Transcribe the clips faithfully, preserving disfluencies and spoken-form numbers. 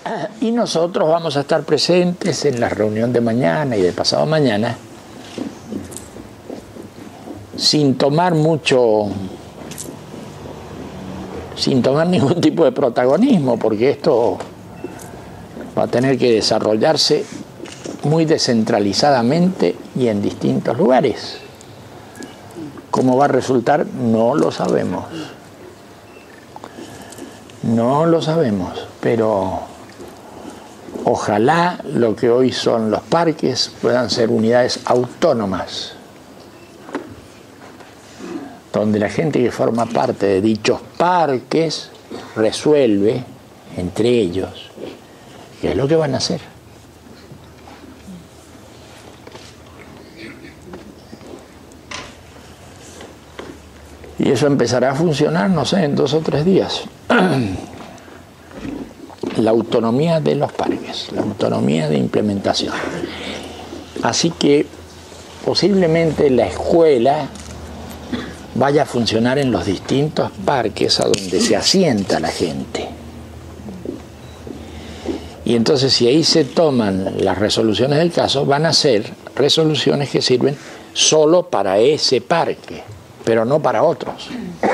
Y nosotros vamos a estar presentes en la reunión de mañana y de pasado mañana, sin tomar mucho, sin tomar ningún tipo de protagonismo, porque esto va a tener que desarrollarse muy descentralizadamente y en distintos lugares. ¿Cómo va a resultar? No lo sabemos. No lo sabemos, pero ojalá lo que hoy son los parques puedan ser unidades autónomas, donde la gente que forma parte de dichos parques resuelve entre ellos qué es lo que van a hacer. Y eso empezará a funcionar, no sé, en dos o tres días. La autonomía de los parques, la autonomía de implementación. Así que posiblemente la escuela vaya a funcionar en los distintos parques a donde se asienta la gente. Y entonces, si ahí se toman las resoluciones del caso, van a ser resoluciones que sirven solo para ese parque, pero no para otros.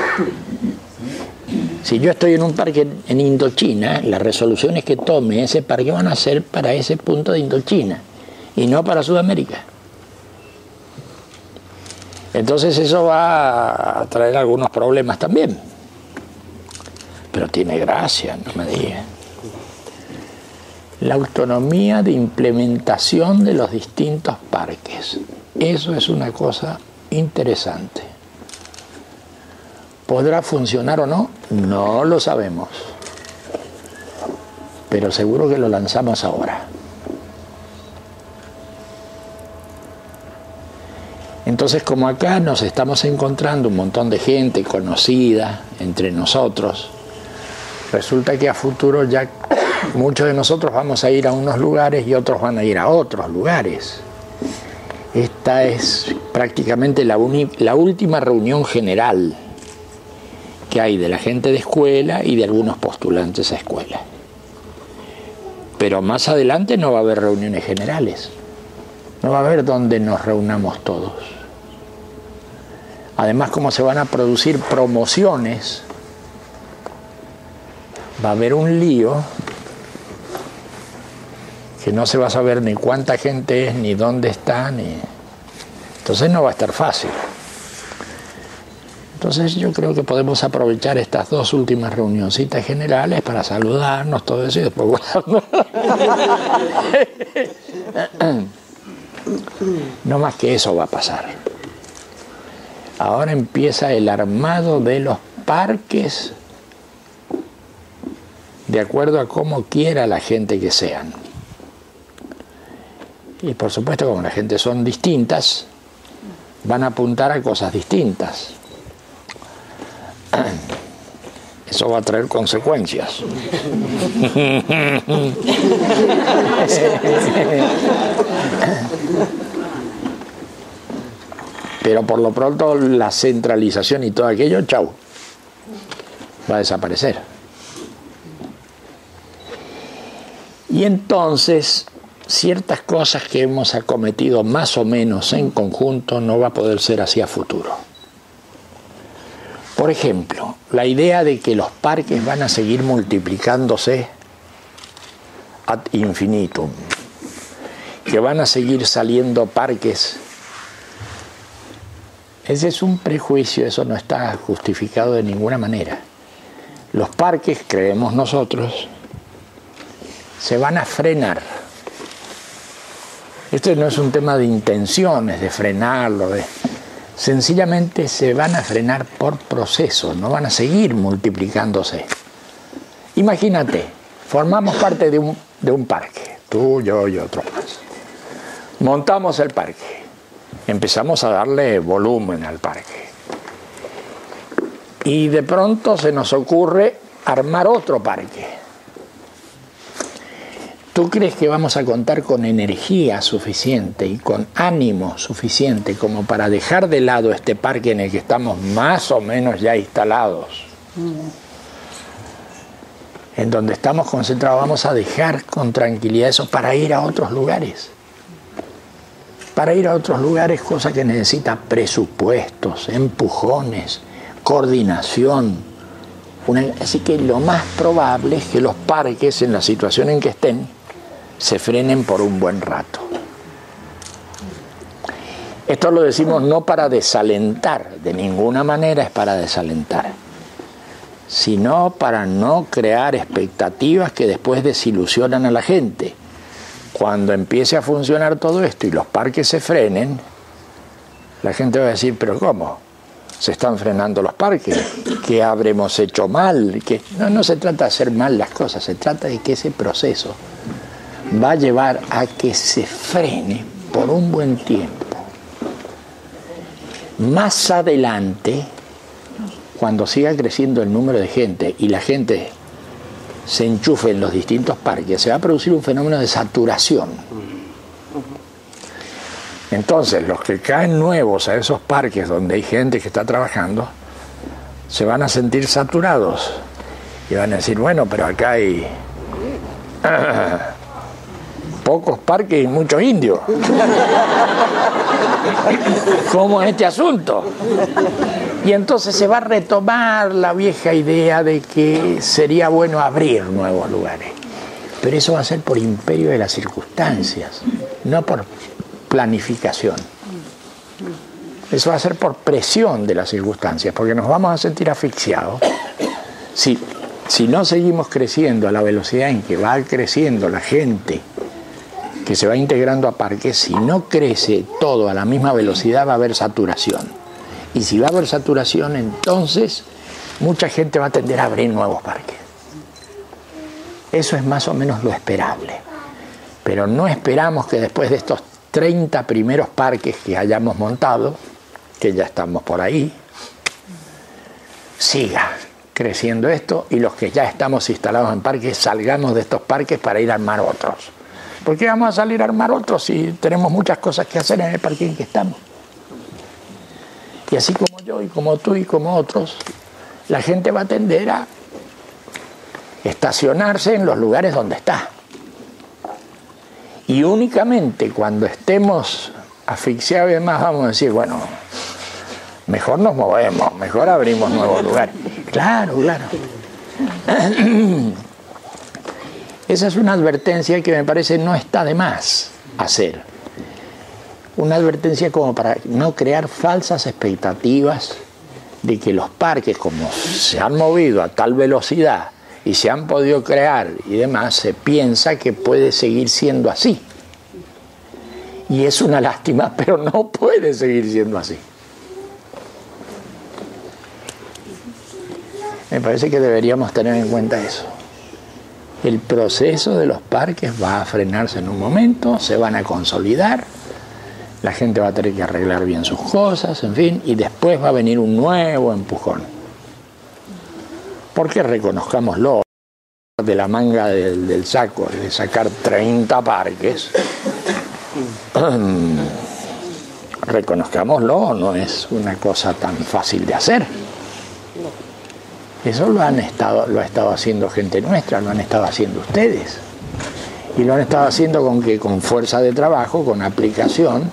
Si yo estoy en un parque en Indochina, las resoluciones que tome ese parque van a ser para ese punto de Indochina y no para Sudamérica. Entonces eso va a traer algunos problemas también. Pero tiene gracia, no me digan. La autonomía de implementación de los distintos parques. Eso es una cosa interesante. ¿Podrá funcionar o no? No lo sabemos. Pero seguro que lo lanzamos ahora. Entonces, como acá nos estamos encontrando un montón de gente conocida entre nosotros, resulta que a futuro ya muchos de nosotros vamos a ir a unos lugares y otros van a ir a otros lugares. Esta es prácticamente la, la última reunión general que hay de la gente de escuela y de algunos postulantes a escuela. Pero más adelante no va a haber reuniones generales. No va a haber donde nos reunamos todos. Además, como se van a producir promociones, va a haber un lío que no se va a saber ni cuánta gente es, ni dónde está, ni... Entonces no va a estar fácil. Entonces yo creo que podemos aprovechar estas dos últimas reunioncitas generales para saludarnos, todo eso, y después... No más que eso va a pasar. Ahora empieza el armado de los parques de acuerdo a cómo quiera la gente que sean. Y por supuesto, como la gente son distintas, van a apuntar a cosas distintas. Eso va a traer consecuencias. Pero por lo pronto la centralización y todo aquello, chau, va a desaparecer. Y entonces ciertas cosas que hemos acometido más o menos en conjunto no va a poder ser así a futuro. Por ejemplo, la idea de que los parques van a seguir multiplicándose ad infinitum, que van a seguir saliendo parques, ese es un prejuicio, eso no está justificado de ninguna manera. Los parques, creemos nosotros, se van a frenar. Esto no es un tema de intenciones, de frenarlo, de... sencillamente se van a frenar por proceso, no van a seguir multiplicándose. Imagínate, formamos parte de un, de un parque, tú, yo y otros más. Montamos el parque, empezamos a darle volumen al parque. Y de pronto se nos ocurre armar otro parque. ¿Tú crees que vamos a contar con energía suficiente y con ánimo suficiente como para dejar de lado este parque en el que estamos más o menos ya instalados? en donde estamos concentrados, vamos a dejar con tranquilidad eso para ir a otros lugares. Para ir a otros lugares, cosa que necesita presupuestos, empujones, coordinación. Una, así que lo más probable es que los parques, en la situación en que estén, se frenen por un buen rato. Esto lo decimos no para desalentar, de ninguna manera es para desalentar, sino para no crear expectativas que después desilusionan a la gente. Cuando empiece a funcionar todo esto y los parques se frenen, la gente va a decir, pero ¿cómo? ¿Se están frenando los parques? ¿Qué habremos hecho mal? ¿Qué? No, no se trata de hacer mal las cosas, se trata de que ese proceso va a llevar a que se frene por un buen tiempo. Más adelante, cuando siga creciendo el número de gente y la gente se enchufe en los distintos parques, se va a producir un fenómeno de saturación. Entonces, los que caen nuevos a esos parques donde hay gente que está trabajando, se van a sentir saturados y van a decir, bueno, pero acá hay uh, pocos parques y muchos indios. ¿Cómo es este asunto? Y entonces se va a retomar la vieja idea de que sería bueno abrir nuevos lugares. Pero eso va a ser por imperio de las circunstancias, no por planificación. Eso va a ser por presión de las circunstancias, porque nos vamos a sentir asfixiados. Si, si no seguimos creciendo a la velocidad en que va creciendo la gente que se va integrando a parques, si no crece todo a la misma velocidad va a haber saturación. Y si va a haber saturación, entonces mucha gente va a tender a abrir nuevos parques. Eso es más o menos lo esperable. Pero no esperamos que después de estos treinta primeros parques que hayamos montado, que ya estamos por ahí, siga creciendo esto y los que ya estamos instalados en parques salgamos de estos parques para ir a armar otros. ¿Por qué vamos a salir a armar otros si tenemos muchas cosas que hacer en el parque en que estamos? Y así como yo y como tú y como otros, la gente va a tender a estacionarse en los lugares donde está. Y únicamente cuando estemos asfixiados y demás vamos a decir, bueno, mejor nos movemos, mejor abrimos nuevos lugares. Claro, claro. Esa es una advertencia que me parece no está de más hacer. Una advertencia como para no crear falsas expectativas de que los parques, como se han movido a tal velocidad y se han podido crear y demás, se piensa que puede seguir siendo así. Y es una lástima, pero no puede seguir siendo así. Me parece que deberíamos tener en cuenta eso. El proceso de los parques va a frenarse en un momento, se van a consolidar, la gente va a tener que arreglar bien sus cosas, en fin, y después va a venir un nuevo empujón. Porque reconozcámoslo, de la manga del, del saco, de sacar treinta parques, reconozcámoslo, no es una cosa tan fácil de hacer. Eso lo han estado, lo ha estado haciendo gente nuestra, lo han estado haciendo ustedes. Y lo han estado haciendo con que con fuerza de trabajo, con aplicación.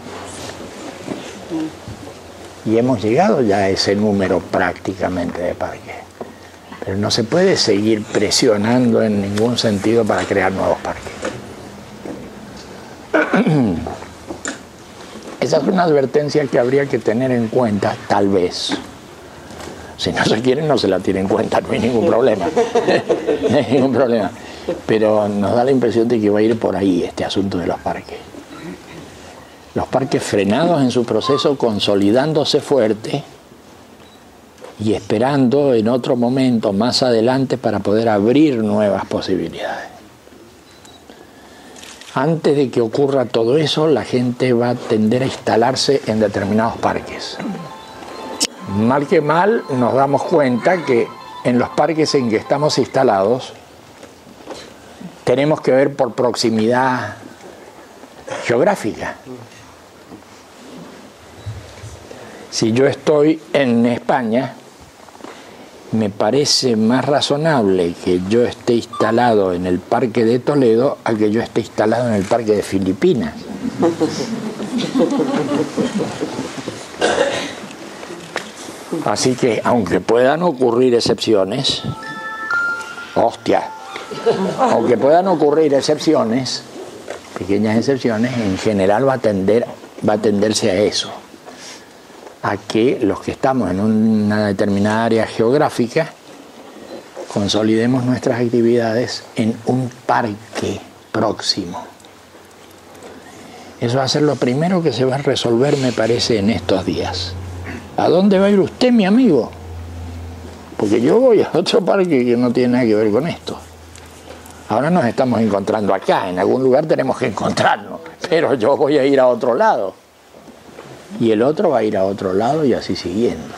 Y hemos llegado ya a ese número prácticamente de parques. Pero no se puede seguir presionando en ningún sentido para crear nuevos parques. Esa es una advertencia que habría que tener en cuenta, tal vez. Si no se quieren, no se la tienen en cuenta, no hay ningún problema. No hay ningún problema. Pero nos da la impresión de que va a ir por ahí este asunto de los parques. Los parques frenados en su proceso, consolidándose fuerte y esperando en otro momento, más adelante, para poder abrir nuevas posibilidades. Antes de que ocurra todo eso, la gente va a tender a instalarse en determinados parques. Mal que mal, nos damos cuenta que en los parques en que estamos instalados tenemos que ver por proximidad geográfica. Si yo estoy en España me parece más razonable que yo esté instalado en el Parque de Toledo a que yo esté instalado en el Parque de Filipinas. Así que, aunque puedan ocurrir excepciones, hostia, aunque puedan ocurrir excepciones, pequeñas excepciones, en general va a tender, va a tenderse a eso, a que los que estamos en una determinada área geográfica consolidemos nuestras actividades en un parque próximo. Eso va a ser lo primero que se va a resolver, me parece, en estos días. ¿A dónde va a ir usted, mi amigo? Porque yo voy a otro parque que no tiene nada que ver con esto. Ahora nos estamos encontrando acá, en algún lugar tenemos que encontrarnos, pero yo voy a ir a otro lado. Y el otro va a ir a otro lado y así siguiendo.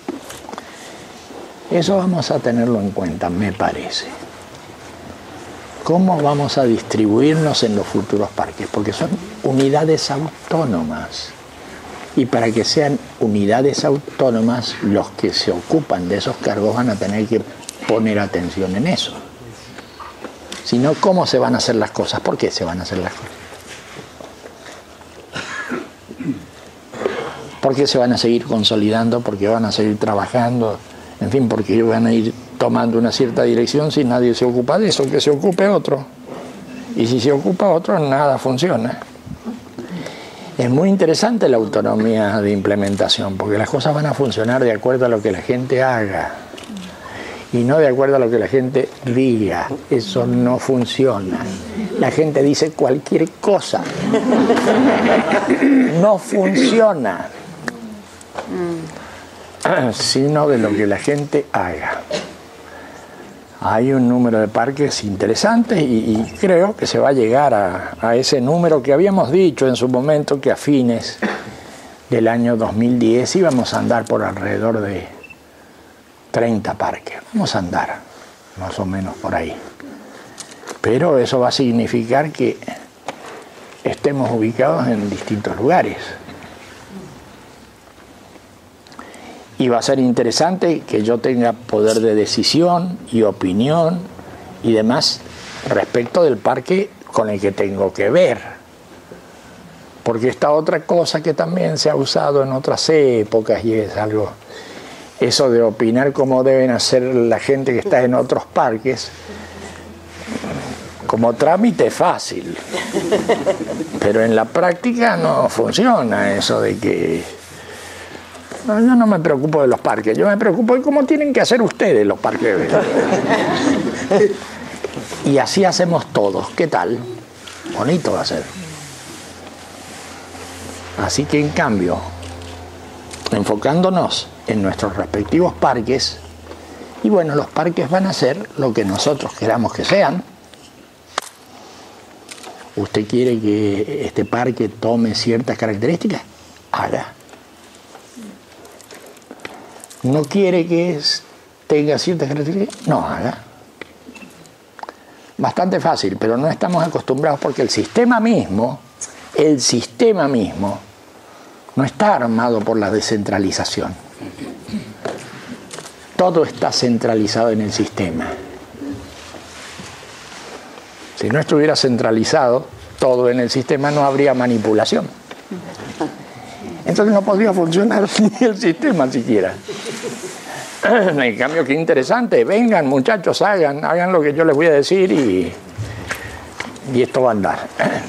Eso vamos a tenerlo en cuenta, me parece. ¿Cómo vamos a distribuirnos en los futuros parques? Porque son unidades autónomas. Y para que sean unidades autónomas, los que se ocupan de esos cargos van a tener que poner atención en eso. Si no, ¿cómo se van a hacer las cosas? ¿Por qué se van a hacer las cosas? Porque se van a seguir consolidando, porque van a seguir trabajando, en fin, porque ellos van a ir tomando una cierta dirección. Si nadie se ocupa de eso, que se ocupe otro. Y si se ocupa otro, nada funciona. Es muy interesante la autonomía de implementación, porque las cosas van a funcionar de acuerdo a lo que la gente haga y no de acuerdo a lo que la gente diga. Eso no funciona. La gente dice cualquier cosa. No funciona. Sino de lo que la gente haga. Hay un número de parques interesantes y, y creo que se va a llegar a, a ese número que habíamos dicho en su momento, que a fines del año dos mil diez íbamos a andar por alrededor de treinta parques. Vamos a andar más o menos por ahí. Pero eso va a significar que estemos ubicados en distintos lugares. Y va a ser interesante que yo tenga poder de decisión y opinión y demás respecto del parque con el que tengo que ver. Porque esta otra cosa que también se ha usado en otras épocas y es algo, eso de opinar cómo deben hacer la gente que está en otros parques, como trámite fácil. Pero en la práctica no funciona eso de que... No, yo no me preocupo de los parques, yo me preocupo de cómo tienen que hacer ustedes los parques. Y así hacemos todos. ¿Qué tal? Bonito va a ser. Así que en cambio, enfocándonos en nuestros respectivos parques, y bueno, los parques van a ser lo que nosotros queramos que sean. ¿Usted quiere que este parque tome ciertas características? Haga. ¿No quiere que tenga ciertas características? No haga. Bastante fácil, pero no estamos acostumbrados porque el sistema mismo, el sistema mismo, no está armado por la descentralización. Todo está centralizado en el sistema. Si no estuviera centralizado todo en el sistema, no habría manipulación. Entonces no podría funcionar ni el sistema siquiera. En cambio, qué interesante. Vengan, muchachos, hagan, hagan lo que yo les voy a decir y, y esto va a andar.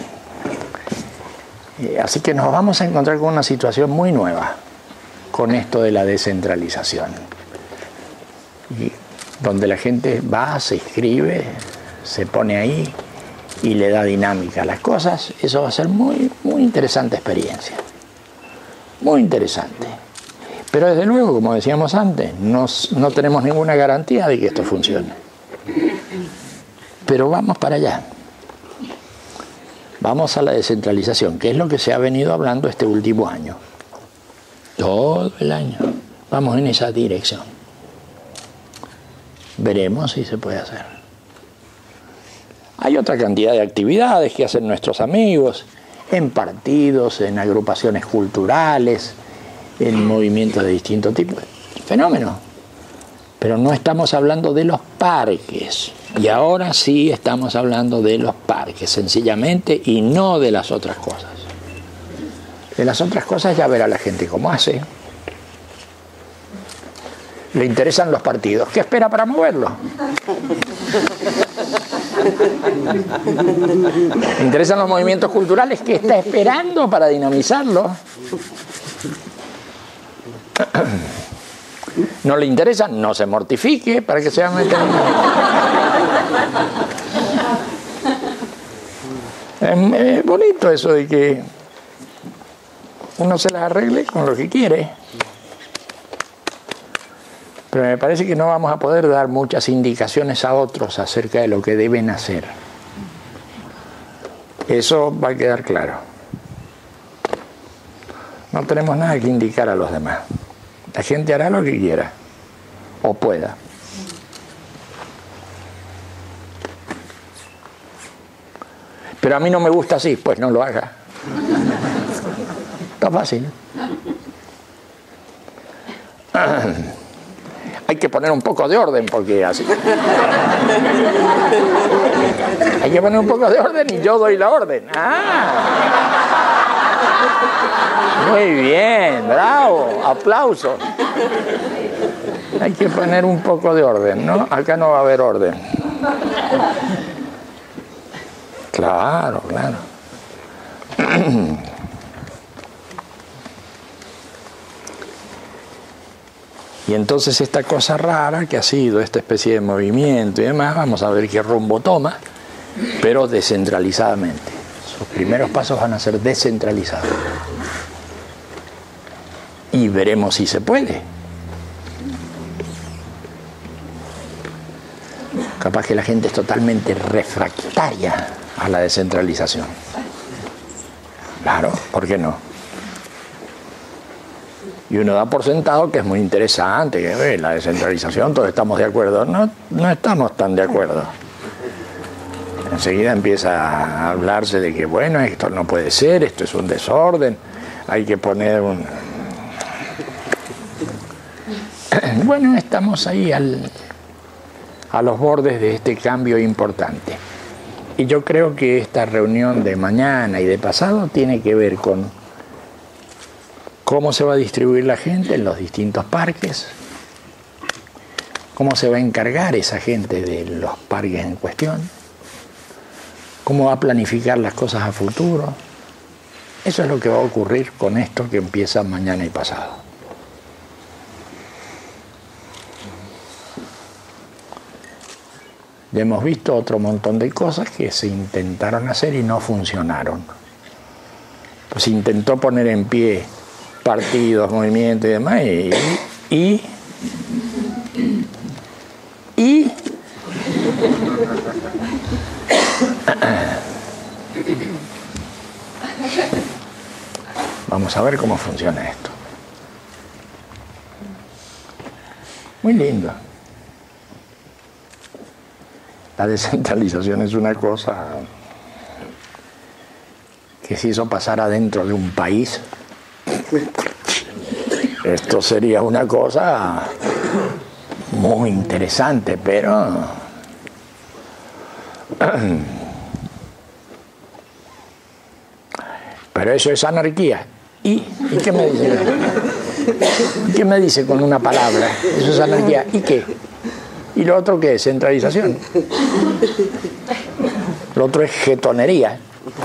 Así que nos vamos a encontrar con una situación muy nueva con esto de la descentralización. Y donde la gente va, se inscribe, se pone ahí y le da dinámica a las cosas. Eso va a ser muy, muy interesante experiencia. Muy interesante. Pero desde luego, como decíamos antes, no, no tenemos ninguna garantía de que esto funcione. Pero vamos para allá. Vamos a la descentralización, que es lo que se ha venido hablando este último año. Todo el año. Vamos en esa dirección. Veremos si se puede hacer. Hay otra cantidad de actividades que hacen nuestros amigos, en partidos, en agrupaciones culturales, en movimientos de distinto tipo. Fenómeno. Pero no estamos hablando de los parques. Y ahora sí estamos hablando de los parques, sencillamente, y no de las otras cosas. De las otras cosas ya verá la gente cómo hace. Le interesan los partidos. ¿Qué espera para moverlo? Le interesan los movimientos culturales. ¿Qué está esperando para dinamizarlo? ¿No le interesa? No se mortifique para que se meter. Es, es bonito eso de que uno se las arregle con lo que quiere. Pero me parece que no vamos a poder dar muchas indicaciones a otros acerca de lo que deben hacer. Eso va a quedar claro. No tenemos nada que indicar a los demás. La gente hará lo que quiera o pueda. Pero a mí no me gusta así, pues no lo haga. Está fácil. Hay que poner un poco de orden porque así. Hay que poner un poco de orden y yo doy la orden. ¡Ah! Muy bien, bravo, aplausos. Hay que poner un poco de orden, ¿no? Acá no va a haber orden. Claro, claro. Y entonces esta cosa rara que ha sido esta especie de movimiento y demás, vamos a ver qué rumbo toma, pero descentralizadamente. Sus primeros pasos van a ser descentralizados. Y veremos si se puede. Capaz que la gente es totalmente refractaria a la descentralización. Claro, ¿por qué no? Y uno da por sentado que es muy interesante, que eh, la descentralización, todos estamos de acuerdo. No, no estamos tan de acuerdo. Enseguida empieza a hablarse de que, bueno, esto no puede ser, esto es un desorden, hay que poner un... Bueno, estamos ahí al, a los bordes de este cambio importante. Y yo creo que esta reunión de mañana y de pasado tiene que ver con cómo se va a distribuir la gente en los distintos parques, cómo se va a encargar esa gente de los parques en cuestión, cómo va a planificar las cosas a futuro. Eso es lo que va a ocurrir con esto que empieza mañana y pasado. Ya hemos visto otro montón de cosas que se intentaron hacer y no funcionaron. Pues se intentó poner en pie partidos, movimientos y demás, y, y, y vamos a ver cómo funciona esto. Muy lindo. La descentralización es una cosa que si eso pasara dentro de un país, esto sería una cosa muy interesante, pero pero eso es anarquía. ¿Y, ¿y qué me dice? ¿Qué me dice con una palabra? Eso es anarquía. ¿Y qué? ¿Y lo otro qué es? Centralización. Lo otro es jetonería.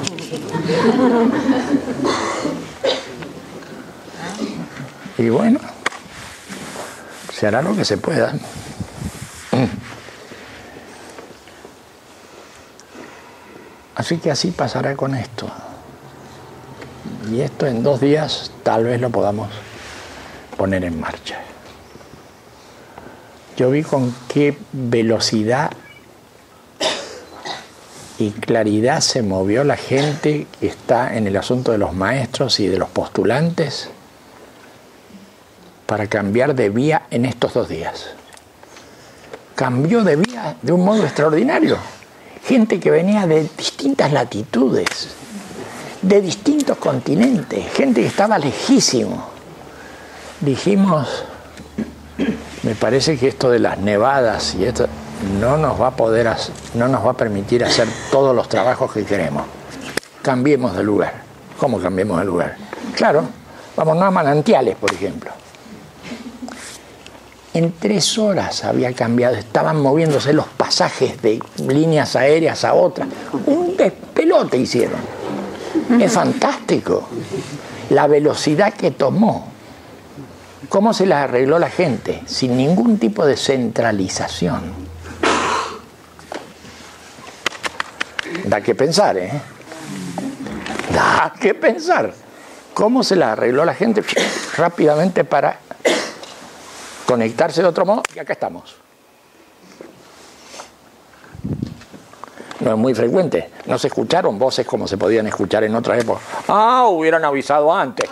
Y bueno, se hará lo que se pueda. Así que así pasará con esto. Y esto en dos días tal vez lo podamos poner en marcha. Yo vi con qué velocidad y claridad se movió la gente que está en el asunto de los maestros y de los postulantes para cambiar de vía en estos dos días. Cambió de vía de un modo extraordinario. Gente que venía de distintas latitudes, de distintos continentes, gente que estaba lejísimo. Dijimos, Me parece que esto de las nevadas y esto no nos va a poder hacer, no nos va a permitir hacer todos los trabajos que queremos. Cambiemos de lugar. ¿Cómo cambiemos de lugar? Claro, vamos a manantiales, por ejemplo. En tres horas había cambiado, estaban moviéndose los pasajes de líneas aéreas a otras. Un despelote hicieron. Es fantástico. La velocidad que tomó. ¿Cómo se las arregló la gente? Sin ningún tipo de centralización. Da que pensar, ¿eh? Da que pensar. ¿Cómo se las arregló la gente rápidamente para conectarse de otro modo? Y acá estamos. No es muy frecuente. No se escucharon voces como se podían escuchar en otras épocas. Ah, hubieran avisado antes.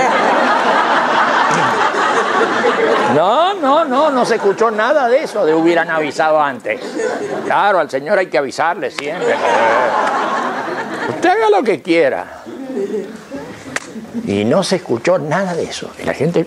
No, no, no, no se escuchó nada de eso, de hubieran avisado antes. Claro, al Señor hay que avisarle siempre. Usted haga lo que quiera. Y no se escuchó nada de eso. Y la gente...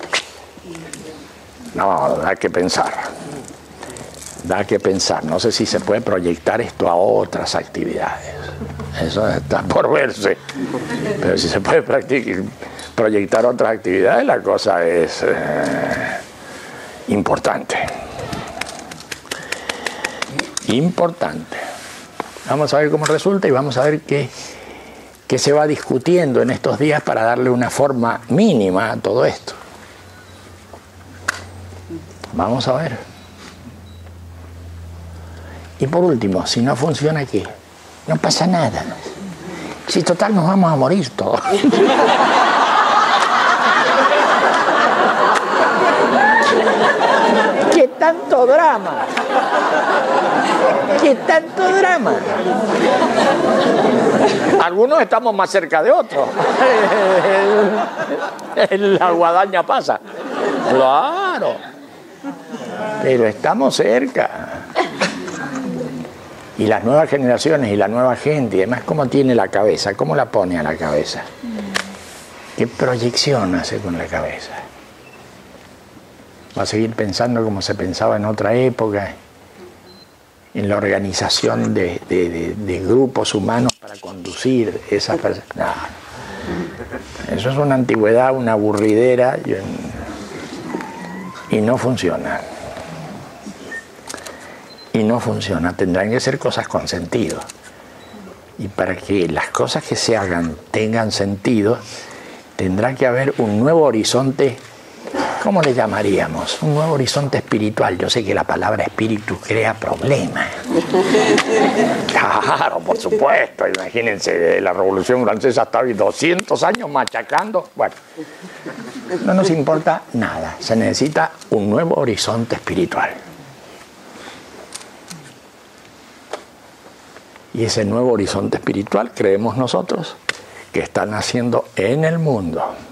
No, da que pensar. Da que pensar. No sé si se puede proyectar esto a otras actividades. Eso está por verse. Pero si se puede practicar, proyectar otras actividades, la cosa es eh, importante. Importante. Vamos a ver cómo resulta y vamos a ver qué, qué se va discutiendo en estos días para darle una forma mínima a todo esto. Vamos a ver. Y por último, si no funciona, ¿qué? No pasa nada. Si total nos vamos a morir todos. ¿Qué tanto drama? ¿Qué tanto drama? Algunos estamos más cerca de otros. La guadaña pasa. Claro. Pero estamos cerca. Y las nuevas generaciones y la nueva gente, y además, ¿cómo tiene la cabeza? ¿Cómo la pone a la cabeza? ¿Qué proyección hace con la cabeza? ¿Va a seguir pensando como se pensaba en otra época? En la organización de, de, de, de grupos humanos para conducir esas personas. No. Eso es una antigüedad, una aburridera y, un... y no funciona. Y no funciona. Tendrán que ser cosas con sentido. Y para que las cosas que se hagan tengan sentido, tendrá que haber un nuevo horizonte. ¿Cómo le llamaríamos? Un nuevo horizonte espiritual. Yo sé que la palabra espíritu crea problemas. Claro, por supuesto. Imagínense, la Revolución Francesa estaba doscientos años machacando. Bueno, no nos importa nada. Se necesita un nuevo horizonte espiritual. Y ese nuevo horizonte espiritual, creemos nosotros, que está naciendo en el mundo.